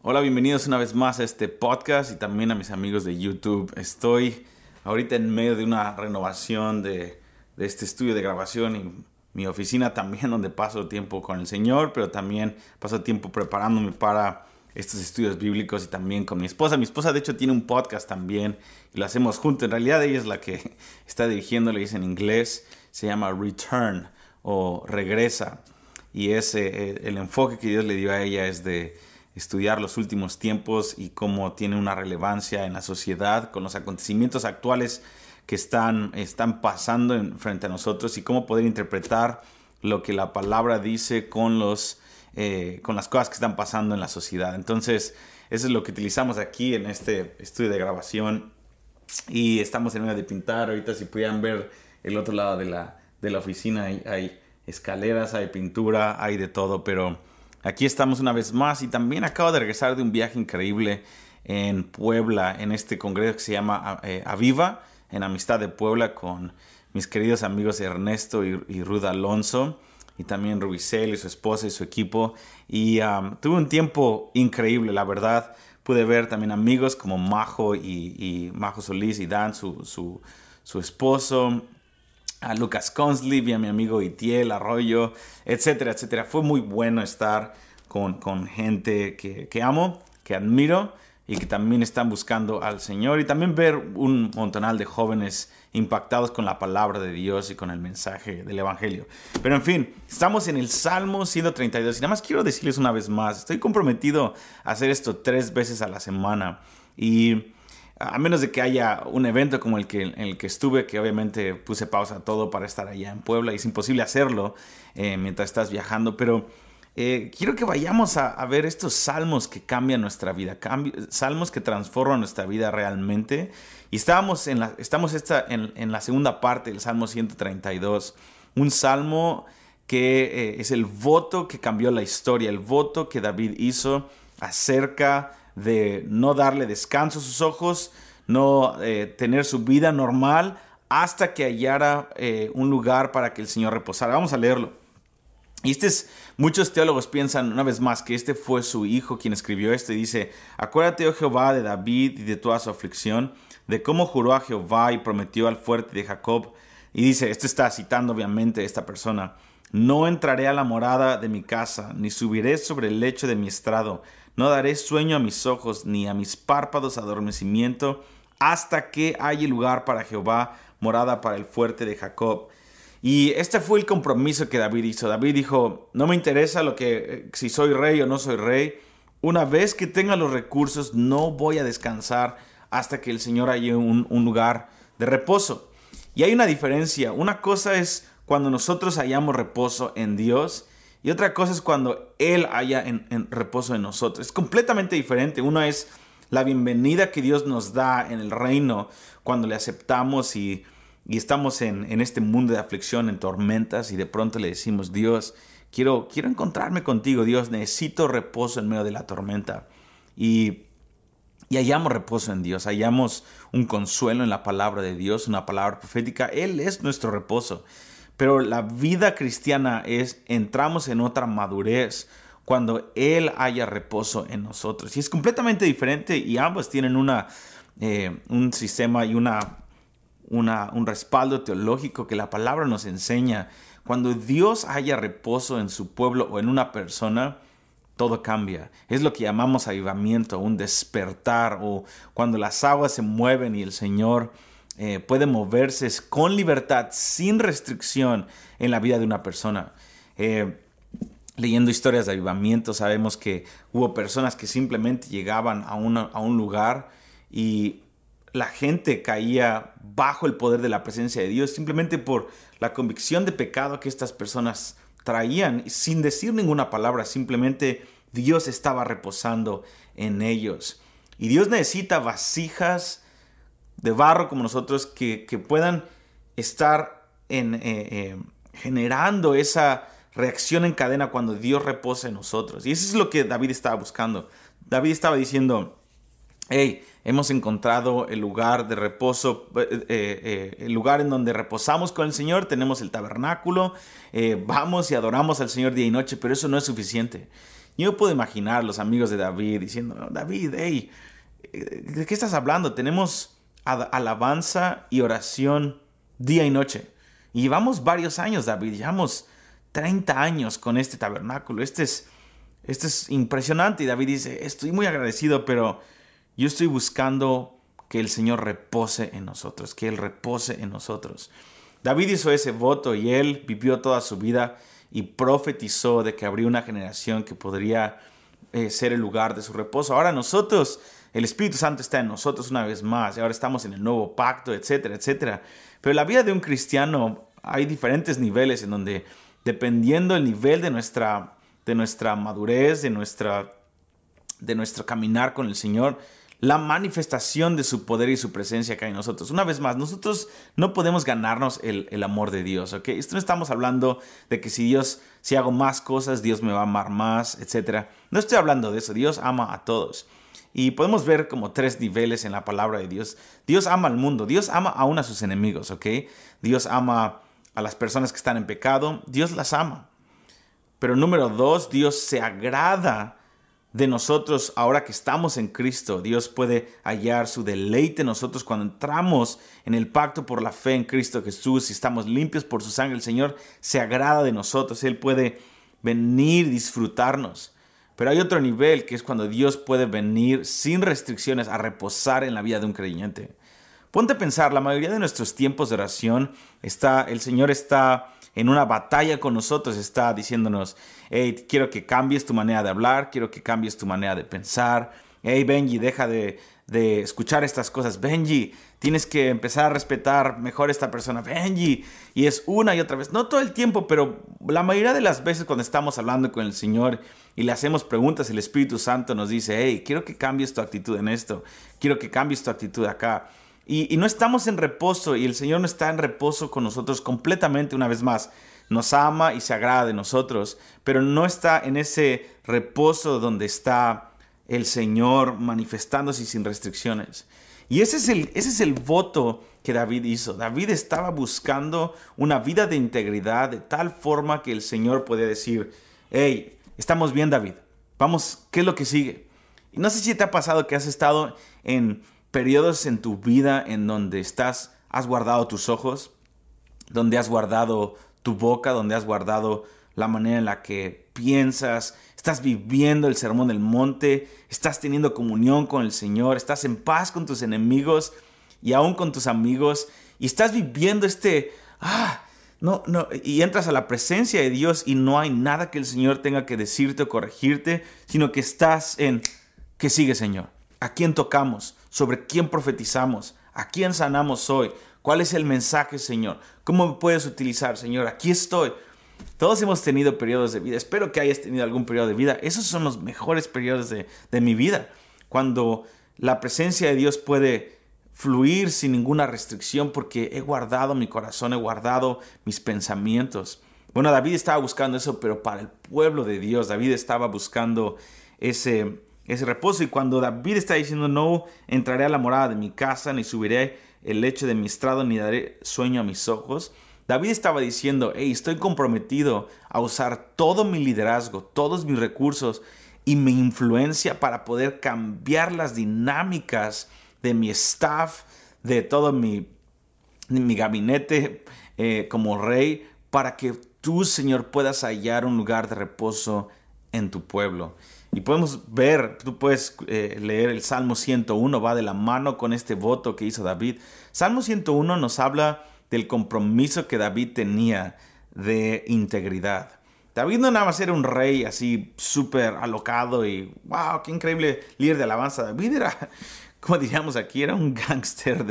Hola, bienvenidos una vez más a este podcast y también a mis amigos de YouTube. Estoy ahorita en medio de una renovación de este estudio de grabación y mi oficina también, donde paso tiempo con el Señor, pero también paso tiempo preparándome para estos estudios bíblicos y también con mi esposa. Mi esposa de hecho tiene un podcast también y lo hacemos juntos. En realidad ella es la que está dirigiendo, le dice en inglés, se llama Return o Regresa. Y el enfoque que Dios le dio a ella es de estudiar los últimos tiempos y cómo tiene una relevancia en la sociedad con los acontecimientos actuales que están pasando frente a nosotros y cómo poder interpretar lo que la palabra dice con las cosas que están pasando en la sociedad. Entonces, eso es lo que utilizamos aquí en este estudio de grabación y estamos en medio de pintar. Ahorita si pudieran ver el otro lado de la oficina, hay escaleras, hay pintura, hay de todo, pero aquí estamos una vez más y también acabo de regresar de un viaje increíble en Puebla, en este congreso que se llama Aviva, en Amistad de Puebla, con mis queridos amigos Ernesto y Ruth Alonso, y también Rubicel y su esposa y su equipo. Y tuve un tiempo increíble, la verdad. Pude ver también amigos como Majo y Majo Solís y Dan, su esposo, a Lucas Consley, vi a mi amigo Itiel Arroyo, etcétera, etcétera. Fue muy bueno estar con gente que amo, que admiro y que también están buscando al Señor, y también ver un montonal de jóvenes impactados con la palabra de Dios y con el mensaje del Evangelio. Pero en fin, estamos en el Salmo 132 y nada más quiero decirles una vez más, estoy comprometido a hacer esto 3 veces a la semana, y a menos de que haya un evento como en el que estuve, que obviamente puse pausa a todo para estar allá en Puebla y es imposible hacerlo mientras estás viajando, pero quiero que vayamos a ver estos salmos que cambian nuestra vida, salmos que transforman nuestra vida realmente. Y estamos en la segunda parte del Salmo 132, un salmo que es el voto que cambió la historia, el voto que David hizo acerca de no darle descanso a sus ojos, no tener su vida normal hasta que hallara un lugar para que el Señor reposara. Vamos a leerlo. Y muchos teólogos piensan una vez más que este fue su hijo quien escribió esto, y dice: acuérdate, oh Jehová, de David y de toda su aflicción, de cómo juró a Jehová y prometió al fuerte de Jacob. Y dice, esto está citando obviamente a esta persona: no entraré a la morada de mi casa, ni subiré sobre el lecho de mi estrado, no daré sueño a mis ojos, ni a mis párpados adormecimiento, hasta que haya lugar para Jehová, morada para el fuerte de Jacob. Y este fue el compromiso que David hizo. David dijo: no me interesa si soy rey o no soy rey. Una vez que tenga los recursos, no voy a descansar hasta que el Señor haya un lugar de reposo. Y hay una diferencia. Una cosa es cuando nosotros hallamos reposo en Dios, y otra cosa es cuando Él haya en reposo en nosotros. Es completamente diferente. Una es la bienvenida que Dios nos da en el reino cuando le aceptamos y estamos en este mundo de aflicción, en tormentas, y de pronto le decimos: Dios, quiero encontrarme contigo. Dios, necesito reposo en medio de la tormenta. Y hallamos reposo en Dios, hallamos un consuelo en la palabra de Dios, una palabra profética. Él es nuestro reposo. Pero la vida cristiana entramos en otra madurez cuando Él haya reposo en nosotros. Y es completamente diferente, y ambos tienen un sistema y un respaldo teológico que la palabra nos enseña. Cuando Dios haya reposo en su pueblo o en una persona, todo cambia. Es lo que llamamos avivamiento, un despertar, o cuando las aguas se mueven y el Señor puede moverse con libertad, sin restricción en la vida de una persona. Leyendo historias de avivamiento, sabemos que hubo personas que simplemente llegaban a un lugar y la gente caía bajo el poder de la presencia de Dios simplemente por la convicción de pecado que estas personas traían, sin decir ninguna palabra. Simplemente Dios estaba reposando en ellos. Y Dios necesita vasijas de barro como nosotros que puedan estar generando esa reacción en cadena cuando Dios reposa en nosotros. Y eso es lo que David estaba buscando. David estaba diciendo: hey, hemos encontrado el lugar de reposo, el lugar en donde reposamos con el Señor. Tenemos el tabernáculo, vamos y adoramos al Señor día y noche, pero eso no es suficiente. Yo puedo imaginar los amigos de David diciendo, "No, David, hey, ¿de qué estás hablando? Tenemos alabanza y oración día y noche. Y llevamos varios años, David, llevamos 30 años con este tabernáculo. Este es impresionante." Y David dice, estoy muy agradecido, pero yo estoy buscando que el Señor repose en nosotros, que Él repose en nosotros. David hizo ese voto y él vivió toda su vida y profetizó de que habría una generación que podría ser el lugar de su reposo. Ahora nosotros, el Espíritu Santo está en nosotros una vez más y ahora estamos en el nuevo pacto, etcétera, etcétera. Pero en la vida de un cristiano hay diferentes niveles en donde, dependiendo del nivel de nuestra madurez, de nuestro caminar con el Señor, la manifestación de su poder y su presencia cae en nosotros. Una vez más, nosotros no podemos ganarnos el amor de Dios, ¿ok? Esto no estamos hablando de que si hago más cosas, Dios me va a amar más, etc. No estoy hablando de eso. Dios ama a todos. Y podemos ver como 3 niveles en la palabra de Dios. Dios ama al mundo. Dios ama aún a sus enemigos, ¿ok? Dios ama a las personas que están en pecado. Dios las ama. Pero número 2, Dios se agrada de nosotros ahora que estamos en Cristo. Dios puede hallar su deleite en nosotros cuando entramos en el pacto por la fe en Cristo Jesús y estamos limpios por su sangre. El Señor se agrada de nosotros. Él puede venir y disfrutarnos. Pero hay otro nivel que es cuando Dios puede venir sin restricciones a reposar en la vida de un creyente. Ponte a pensar, la mayoría de nuestros tiempos de oración el Señor está en una batalla con nosotros, está diciéndonos, hey, quiero que cambies tu manera de hablar, quiero que cambies tu manera de pensar. Hey, Benji, deja de escuchar estas cosas. Benji, tienes que empezar a respetar mejor a esta persona. Benji, y es una y otra vez. No todo el tiempo, pero la mayoría de las veces cuando estamos hablando con el Señor y le hacemos preguntas, el Espíritu Santo nos dice, hey, quiero que cambies tu actitud en esto, quiero que cambies tu actitud acá. Y no estamos en reposo y el Señor no está en reposo con nosotros completamente. Una vez más, nos ama y se agrada de nosotros, pero no está en ese reposo donde está el Señor manifestándose sin restricciones. Y ese es el voto que David hizo. David estaba buscando una vida de integridad de tal forma que el Señor podía decir, hey, estamos bien, David, vamos, ¿qué es lo que sigue? Y no sé si te ha pasado que has estado en periodos en tu vida en donde has guardado tus ojos, donde has guardado tu boca, donde has guardado la manera en la que piensas, estás viviendo el sermón del monte, estás teniendo comunión con el Señor, estás en paz con tus enemigos y aún con tus amigos, y estás viviendo y entras a la presencia de Dios y no hay nada que el Señor tenga que decirte o corregirte, sino que estás en, ¿qué sigue, Señor? ¿A quién tocamos? ¿Sobre quién profetizamos? ¿A quién sanamos hoy? ¿Cuál es el mensaje, Señor? ¿Cómo me puedes utilizar, Señor? Aquí estoy. Todos hemos tenido periodos de vida. Espero que hayas tenido algún periodo de vida. Esos son los mejores periodos de mi vida. Cuando la presencia de Dios puede fluir sin ninguna restricción porque he guardado mi corazón, he guardado mis pensamientos. Bueno, David estaba buscando eso, pero para el pueblo de Dios. David estaba buscando ese reposo. Y cuando David está diciendo, no entraré a la morada de mi casa, ni subiré el lecho de mi estrado, ni daré sueño a mis ojos, David estaba diciendo, hey, estoy comprometido a usar todo mi liderazgo, todos mis recursos y mi influencia para poder cambiar las dinámicas de mi staff, de todo mi gabinete como rey, para que tú, Señor, puedas hallar un lugar de reposo en tu pueblo. Y podemos ver, tú puedes leer el Salmo 101, va de la mano con este voto que hizo David. Salmo 101 nos habla del compromiso que David tenía de integridad. David no nada más era un rey así súper alocado y wow, qué increíble líder de alabanza. David era, como diríamos aquí, era un gángster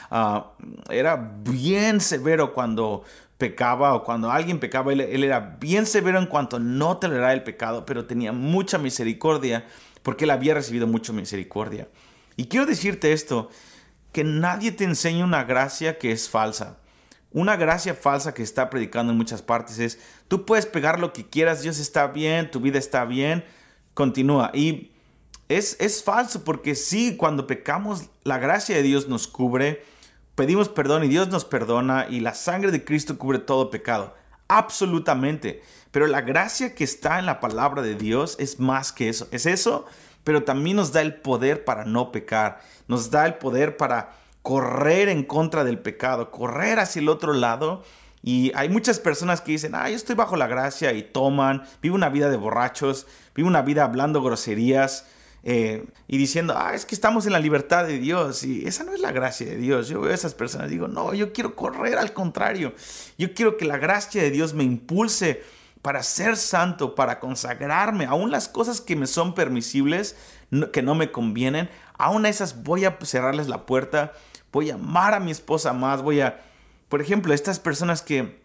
era bien severo cuando pecaba o cuando alguien pecaba. Él era bien severo en cuanto no toleraba el pecado, pero tenía mucha misericordia porque él había recibido mucha misericordia. Y quiero decirte esto, que nadie te enseñe una gracia que es falsa. Una gracia falsa que está predicando en muchas partes es, tú puedes pegar lo que quieras, Dios está bien, tu vida está bien, continúa. Y es falso porque sí, cuando pecamos, la gracia de Dios nos cubre, pedimos perdón y Dios nos perdona y la sangre de Cristo cubre todo pecado. Absolutamente. Pero la gracia que está en la palabra de Dios es más que eso. Es eso, pero también nos da el poder para no pecar. Nos da el poder para correr en contra del pecado, correr hacia el otro lado. Y hay muchas personas que dicen, yo estoy bajo la gracia, y toman, vive una vida de borrachos, vive una vida hablando groserías, y diciendo, es que estamos en la libertad de Dios. Y esa no es la gracia de Dios. Yo veo a esas personas y digo, no, yo quiero correr al contrario. Yo quiero que la gracia de Dios me impulse para ser santo, para consagrarme. Aún las cosas que me son permisibles, que no me convienen, aún a esas voy a cerrarles la puerta. Voy a amar a mi esposa más. Por ejemplo, estas personas que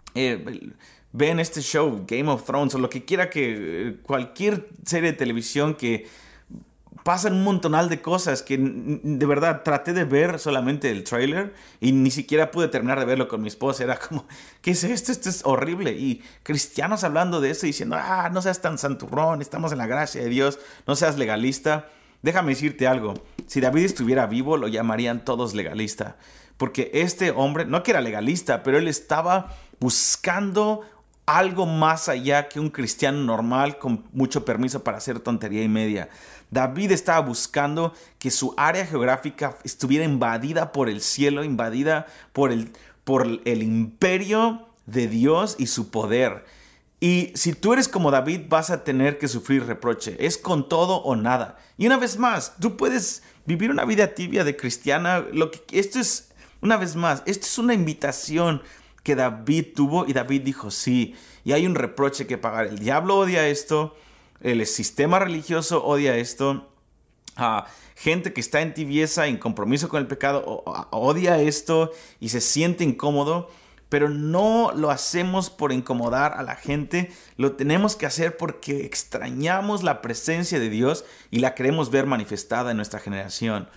ven este show, Game of Thrones, o lo que quiera, cualquier serie de televisión que pasan un montonal de cosas que de verdad traté de ver solamente el trailer y ni siquiera pude terminar de verlo con mi esposa. Era como, ¿qué es esto? Esto es horrible. Y cristianos hablando de eso y diciendo, no seas tan santurrón, estamos en la gracia de Dios, no seas legalista. Déjame decirte algo, si David estuviera vivo lo llamarían todos legalista, porque este hombre, no que era legalista, pero él estaba buscando algo más allá que un cristiano normal con mucho permiso para hacer tontería y media. David estaba buscando que su área geográfica estuviera invadida por el cielo, invadida por el imperio de Dios y su poder. Y si tú eres como David, vas a tener que sufrir reproche. Es con todo o nada. Y una vez más, tú puedes vivir una vida tibia de cristiana. Esto es una invitación que David tuvo, y David dijo sí. Y hay un reproche que pagar. El diablo odia esto. El sistema religioso odia esto. Gente que está en tibieza, en compromiso con el pecado, odia esto y se siente incómodo. Pero no lo hacemos por incomodar a la gente. Lo tenemos que hacer porque extrañamos la presencia de Dios y la queremos ver manifestada en nuestra generación.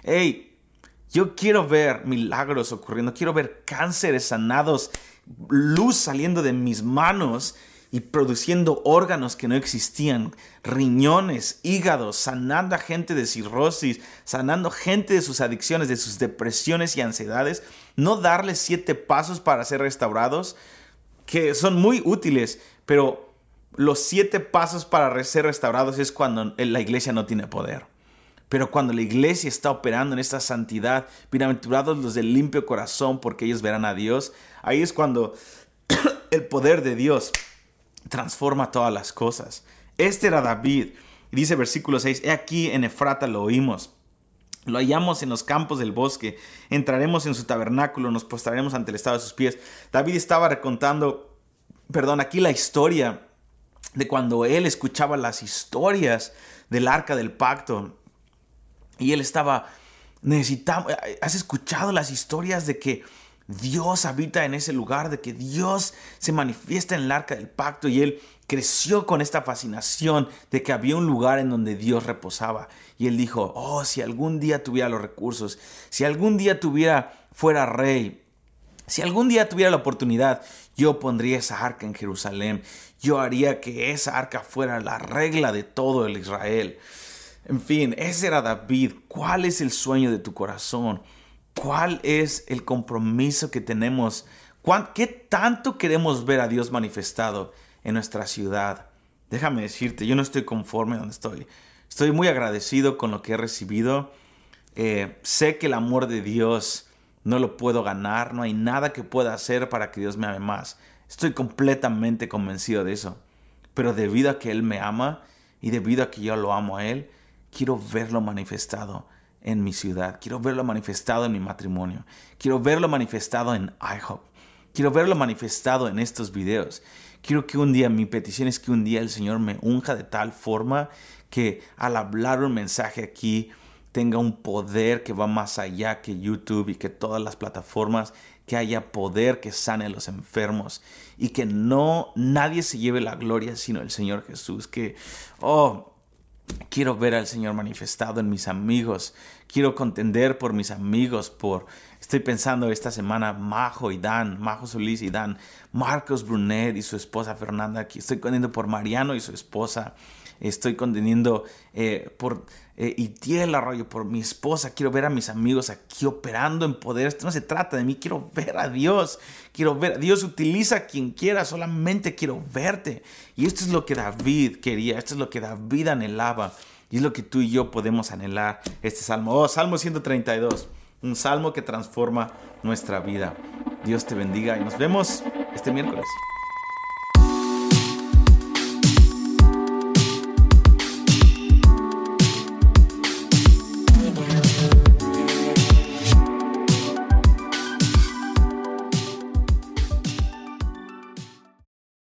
Yo quiero ver milagros ocurriendo. Quiero ver cánceres sanados, luz saliendo de mis manos y produciendo órganos que no existían, riñones, hígados, sanando a gente de cirrosis, sanando gente de sus adicciones, de sus depresiones y ansiedades. No darles 7 pasos para ser restaurados, que son muy útiles, pero los 7 pasos para ser restaurados es cuando la iglesia no tiene poder. Pero cuando la iglesia está operando en esta santidad, bienaventurados los del limpio corazón, porque ellos verán a Dios. Ahí es cuando el poder de Dios transforma todas las cosas. Este era David. Y dice versículo 6, he aquí en Efrata lo oímos. Lo hallamos en los campos del bosque. Entraremos en su tabernáculo, nos postraremos ante el estrado de sus pies. David estaba recontando, aquí la historia de cuando él escuchaba las historias del arca del pacto. Y él estaba, ¿has escuchado las historias de que Dios habita en ese lugar, de que Dios se manifiesta en el arca del pacto? Y él creció con esta fascinación de que había un lugar en donde Dios reposaba. Y él dijo, si algún día tuviera los recursos, si algún día fuera rey, si algún día tuviera la oportunidad, yo pondría esa arca en Jerusalén. Yo haría que esa arca fuera la regla de todo el Israel. En fin, ese era David. ¿Cuál es el sueño de tu corazón? ¿Cuál es el compromiso que tenemos? ¿Qué tanto queremos ver a Dios manifestado en nuestra ciudad? Déjame decirte, yo no estoy conforme donde estoy. Estoy muy agradecido con lo que he recibido. Sé que el amor de Dios no lo puedo ganar. No hay nada que pueda hacer para que Dios me ame más. Estoy completamente convencido de eso. Pero debido a que Él me ama y debido a que yo lo amo a Él, quiero verlo manifestado en mi ciudad. Quiero verlo manifestado en mi matrimonio. Quiero verlo manifestado en IHOP. Quiero verlo manifestado en estos videos. Quiero que mi petición es que un día el Señor me unja de tal forma que al hablar un mensaje aquí tenga un poder que va más allá que YouTube y que todas las plataformas, que haya poder que sane a los enfermos y que nadie se lleve la gloria sino el Señor Jesús. Quiero ver al Señor manifestado en mis amigos. Quiero contender por mis amigos. Estoy pensando esta semana Majo Solís y Dan, Marcos Brunet y su esposa Fernanda. Estoy contendiendo por Mariano y su esposa. estoy conteniendo por Itiel Arroyo, por mi esposa. Quiero ver a mis amigos aquí operando en poder. Esto no se trata de mí, quiero ver a Dios. Quiero ver a Dios, utiliza a quien quiera, solamente quiero verte. Y esto es lo que David quería, esto es lo que David anhelaba. Y es lo que tú y yo podemos anhelar este salmo. Salmo 132. Un salmo que transforma nuestra vida. Dios te bendiga y nos vemos este miércoles.